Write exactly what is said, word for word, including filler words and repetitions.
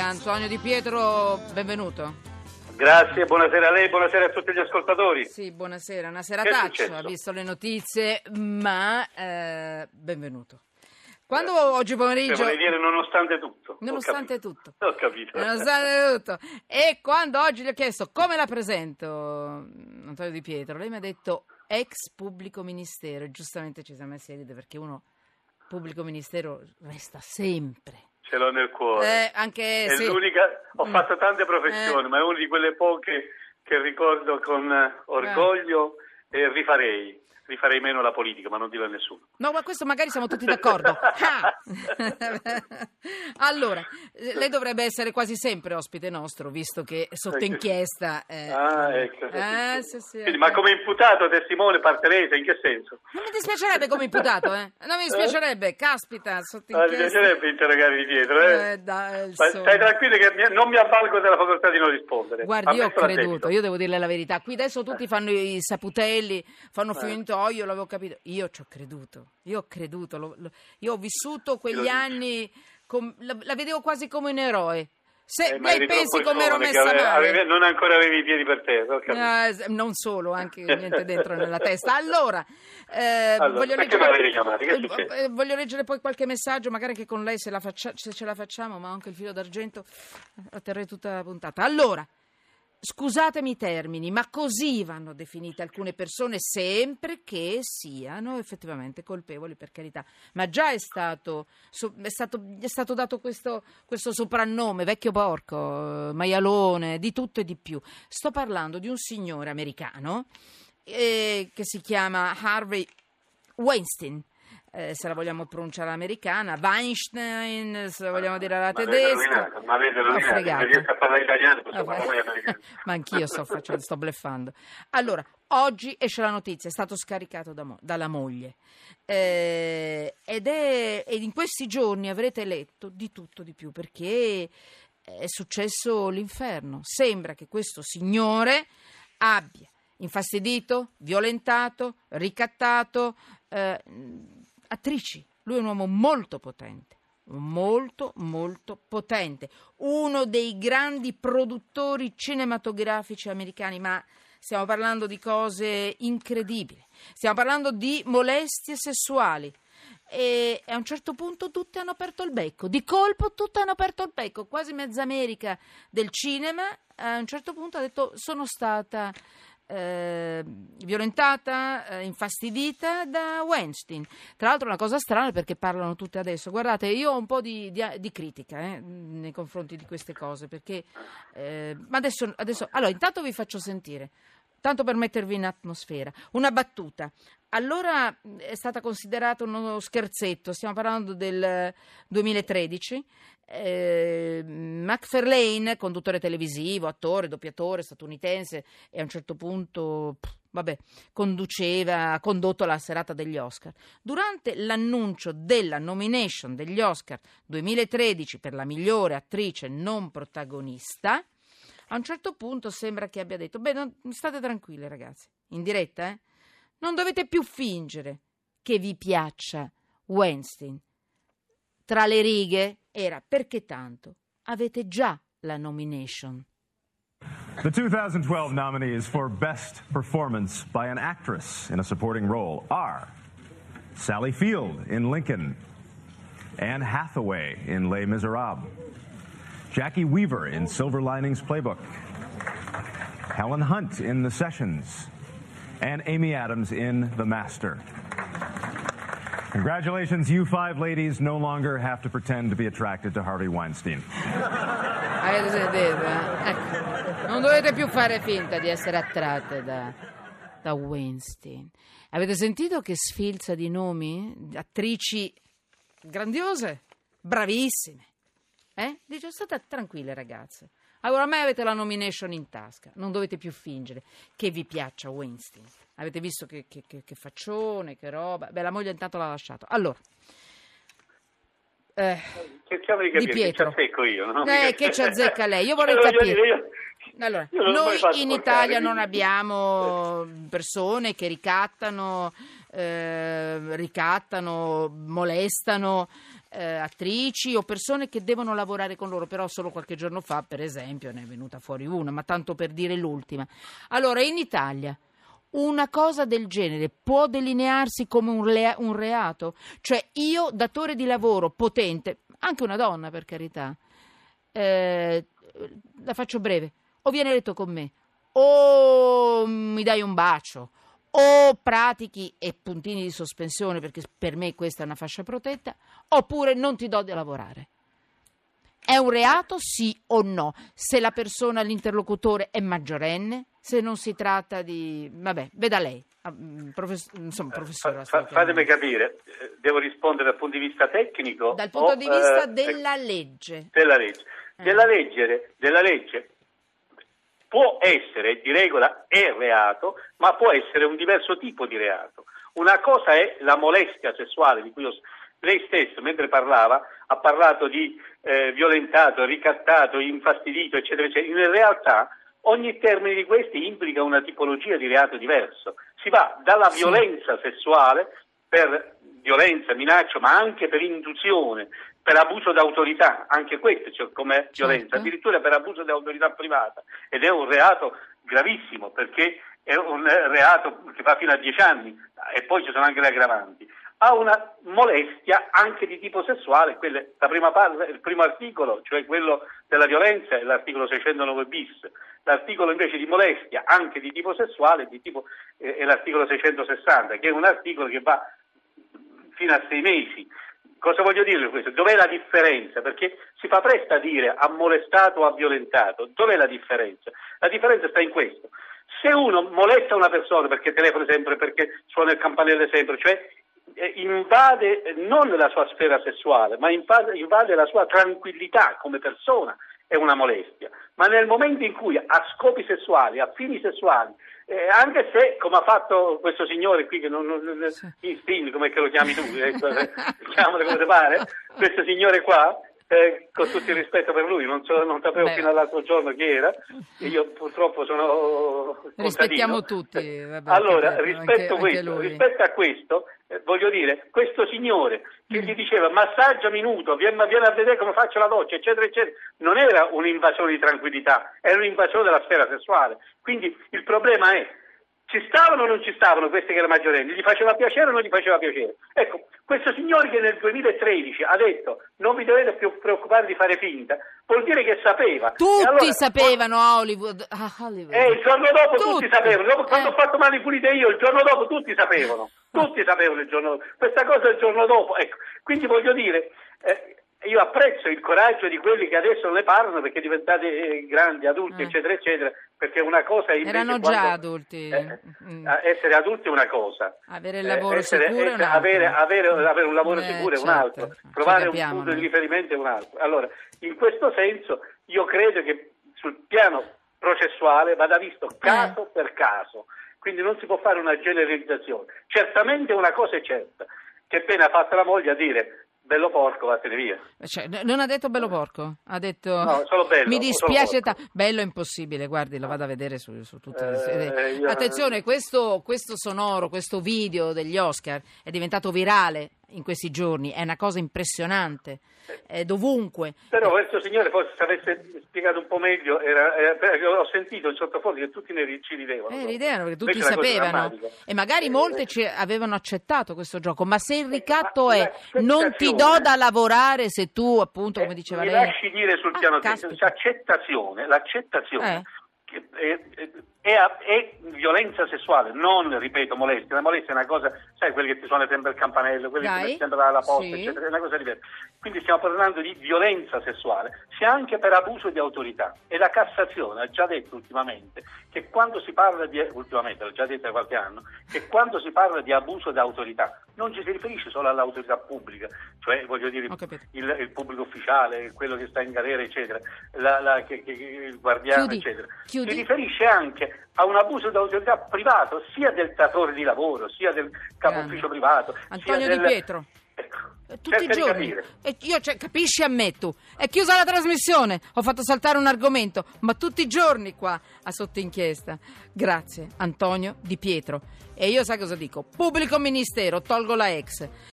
Antonio Di Pietro, benvenuto. Grazie, buonasera a lei, buonasera a tutti gli ascoltatori. Sì, buonasera, una serataccia, ha visto le notizie, ma eh, benvenuto. Quando eh, oggi pomeriggio... Vorrei dire nonostante tutto. Nonostante tutto. Ho capito. Nonostante tutto. E quando oggi gli ho chiesto come la presento, Antonio Di Pietro, lei mi ha detto ex pubblico ministero, e giustamente ci siamo messi a ridere perché uno pubblico ministero resta sempre. Ce l'ho nel cuore. Eh, anche, è sì. l'unica. Ho fatto tante professioni, eh. ma è una di quelle poche che ricordo con orgoglio eh. e rifarei. Rifarei meno la politica, ma non dirlo a nessuno. No, ma questo magari siamo tutti d'accordo. Ah! Allora, lei dovrebbe essere quasi sempre ospite nostro, visto che sotto inchiesta... Eh, ah, ecco. Eh, sì, sì, Quindi, ma come imputato, testimone, parte resa, in che senso? Non mi dispiacerebbe come imputato, eh? Non mi dispiacerebbe, eh? Caspita, sotto inchiesta... Ah, mi piacerebbe interrogare Di Pietro, eh? eh dai, ma stai tranquillo che non mi avvalgo della facoltà di non rispondere. Guardi, io ho creduto, io devo dirle la verità. Qui adesso tutti fanno i saputelli, fanno eh. finto, oh, io l'avevo capito. Io ci ho creduto, io ho creduto, lo, lo, io ho vissuto quegli anni, com, la, la vedevo quasi come un eroe. Se eh, lei pensi come ero messa ave, male, ave, non ancora avevi i piedi per terra. Eh, non solo, anche niente dentro nella testa. Allora, eh, allora voglio, leggere, chiamati, che eh, voglio leggere poi qualche messaggio, magari che con lei se, la faccia, se ce la facciamo, ma anche il filo d'argento la terrei tutta la puntata. Allora, scusatemi i termini, ma così vanno definite alcune persone, sempre che siano effettivamente colpevoli, per carità. Ma già è stato, è stato, è stato dato questo, questo soprannome, vecchio porco, maialone, di tutto e di più. Sto parlando di un signore americano eh, che si chiama Harvey Weinstein. Eh, se la vogliamo pronunciare americana, Weinstein, se la vogliamo dire alla tedesca. Ma avete rovinato, riesco a parlare italiano, posso parlare americano. Ma anch'io sto facendo, sto bluffando. Allora, oggi esce la notizia, è stato scaricato da mo- dalla moglie. Eh, ed è ed in questi giorni avrete letto di tutto di più, perché è successo l'inferno. Sembra che questo signore abbia infastidito, violentato, ricattato eh, attrici. Lui è un uomo molto potente, molto molto potente, uno dei grandi produttori cinematografici americani, ma stiamo parlando di cose incredibili, stiamo parlando di molestie sessuali e a un certo punto tutti hanno aperto il becco, di colpo tutti hanno aperto il becco, quasi mezza America del cinema a un certo punto ha detto sono stata Eh, violentata, eh, infastidita da Weinstein. Tra l'altro una cosa strana perché parlano tutte adesso. Guardate, io ho un po' di, di, di critica eh, nei confronti di queste cose perché eh, ma adesso, adesso allora intanto vi faccio sentire, tanto per mettervi in atmosfera, una battuta. Allora è stata considerata uno scherzetto, stiamo parlando del duemilatredici. Eh, McFarlane, conduttore televisivo, attore, doppiatore statunitense, e a un certo punto pff, vabbè, conduceva, ha condotto la serata degli Oscar. Durante l'annuncio della nomination degli Oscar duemilatredici per la migliore attrice non protagonista, a un certo punto sembra che abbia detto: beh, non, state tranquilli ragazzi, in diretta, eh? Non dovete più fingere che vi piaccia Weinstein. Tra le righe era perché tanto avete già la nomination. The twenty twelve nominees for Best Performance by an Actress in a Supporting Role are Sally Field in Lincoln, Anne Hathaway in Les Miserables, Jackie Weaver in Silver Linings Playbook, Helen Hunt in The Sessions, and Amy Adams in The Master. Congratulations, you five ladies no longer have to pretend to be attracted to Harvey Weinstein. Avete sentito? Eh? Ecco. Non dovete più fare finta di essere attratte da, da Weinstein. Avete sentito che sfilza di nomi? Attrici grandiose, bravissime. Eh? Dice, state tranquille ragazze. Allora a me avete la nomination in tasca, non dovete più fingere che vi piaccia Weinstein. Avete visto che, che, che, che faccione, che roba. Beh, la moglie intanto l'ha lasciato. Allora, eh, cerchiamo di capire, Di Pietro. che ci azzecco io, no? Eh, che ci azzecca lei? Io vorrei capire. Allora, noi in Italia non abbiamo persone che ricattano, eh, ricattano, molestano eh, attrici o persone che devono lavorare con loro, però solo qualche giorno fa, per esempio, ne è venuta fuori una, ma tanto per dire l'ultima. Allora, in Italia una cosa del genere può delinearsi come un, lea- un reato? Cioè io, datore di lavoro potente, anche una donna per carità, eh, la faccio breve, o viene letto con me, o mi dai un bacio, o pratichi e puntini di sospensione, perché per me questa è una fascia protetta, oppure non ti do da lavorare. È un reato sì o no? Se la persona, l'interlocutore è maggiorenne, se non si tratta di... vabbè, veda lei, Profes... insomma, professore. Fa, fa, fatemi capire, devo rispondere dal punto di vista tecnico? Dal punto o, di vista eh, della legge. Della legge. Eh. Della legge, della legge può essere, di regola è reato, ma può essere un diverso tipo di reato. Una cosa è la molestia sessuale, di cui io, lei stesso, mentre parlava, ha parlato di eh, violentato, ricattato, infastidito, eccetera, eccetera. In realtà ogni termine di questi implica una tipologia di reato diverso. Si va dalla sì. violenza sessuale per violenza, minaccia, ma anche per induzione, per abuso d'autorità, anche questo cioè, come violenza, certo. addirittura per abuso di autorità privata, ed è un reato gravissimo perché è un reato che va fino a dieci anni e poi ci sono anche le aggravanti. Ha una molestia anche di tipo sessuale, quella, la prima parte, il primo articolo, cioè quello della violenza, è l'articolo seicentonove bis. L'articolo invece di molestia, anche di tipo sessuale, di tipo, eh, è l'articolo seicentosessanta, che è un articolo che va fino a sei mesi. Cosa voglio dire questo? Dov'è la differenza? Perché si fa presto a dire ha molestato o ha violentato. Dov'è la differenza? La differenza sta in questo. Se uno molesta una persona perché telefona sempre, perché suona il campanello sempre, cioè invade non la sua sfera sessuale, ma invade, invade la sua tranquillità come persona, è una molestia. Ma nel momento in cui a scopi sessuali, a fini sessuali, eh, anche se, come ha fatto questo signore qui, che non, non sì. Spin, come che lo chiami tu, eh, chiamalo come ti pare, questo signore qua, eh, con tutto il rispetto per lui, non, so, non sapevo Beh. fino all'altro giorno chi era, e io purtroppo sono rispettiamo contadino. tutti. Vabbè, allora, anche, rispetto, anche, questo, anche rispetto a questo, eh, voglio dire, questo signore che mm. gli diceva massaggia minuto, vieni, vieni a vedere come faccio la doccia, eccetera, eccetera, non era un'invasione di tranquillità, era un'invasione della sfera sessuale. Quindi il problema è, ci stavano o non ci stavano queste che erano maggiorenni? Gli faceva piacere o non gli faceva piacere? Ecco, questo signore che nel duemilatredici ha detto non vi dovete più preoccupare di fare finta, vuol dire che sapeva. Tutti allora, sapevano a Hollywood. A Hollywood. Eh, il giorno dopo tutti, tutti sapevano. Dopo, quando eh. ho fatto mani pulite io, il giorno dopo tutti sapevano. Tutti sapevano il giorno dopo. Questa cosa il giorno dopo. Ecco, quindi voglio dire... Eh, io apprezzo il coraggio di quelli che adesso ne parlano perché diventate eh, grandi, adulti, eh. eccetera, eccetera, perché una cosa è invece erano quando, già adulti. Eh, mm. Essere adulti è una cosa. Avere il lavoro eh, essere, sicuro è un altro. Avere, avere, avere un lavoro eh, sicuro è certo. un altro. Trovare capiamo, un punto no? di riferimento è un altro. Allora, in questo senso, io credo che sul piano processuale vada visto caso eh. per caso. Quindi non si può fare una generalizzazione. Certamente una cosa è certa, che appena ha fatto la moglie a dire bello porco, vattene via. Cioè, non ha detto bello porco? Ha detto no, solo bello. Mi dispiace, ta- bello è impossibile, guardi, lo vado a vedere su, su tutte le... Eh, io... Attenzione, questo, questo sonoro, questo video degli Oscar è diventato virale in questi giorni, è una cosa impressionante, è dovunque. Però questo signore forse se avesse spiegato un po' meglio, era, era, ho sentito in sottofondo che tutti ne ci ridevano. Eh, ridevano perché tutti sapevano e magari eh, molte eh. ci avevano accettato questo gioco, ma se il ricatto eh, è non ti do da lavorare se tu appunto come diceva eh, lei. Mi lasci dire sul ah, piano tecnico, l'accettazione, l'accettazione eh. che è, è, è, è violenza sessuale, non, ripeto, molestia. La molestia è una cosa, sai, quelli che ti suona sempre il campanello, quelli Dai. che ti sempre la posta, sì. eccetera, è una cosa diversa. Quindi stiamo parlando di violenza sessuale, sia anche per abuso di autorità. E la Cassazione ha già detto ultimamente che quando si parla di, ultimamente, l'ha già detto da qualche anno, che quando si parla di abuso di autorità non ci si riferisce solo all'autorità pubblica, cioè voglio dire il, il pubblico ufficiale, quello che sta in galera, eccetera, la, la, che, che, il guardiano, Chiudi. eccetera. Chiudi. Si riferisce anche a un abuso di autorità privato, sia del datore di lavoro, sia del capo ufficio privato. Antonio sia Di del... Pietro. Ecco. Tutti i giorni e io, cioè, capisci a me tu è chiusa la trasmissione, ho fatto saltare un argomento, ma tutti i giorni qua a Sotto Inchiesta. Grazie Antonio Di Pietro. E io sai cosa dico? Pubblico ministero, tolgo la ex.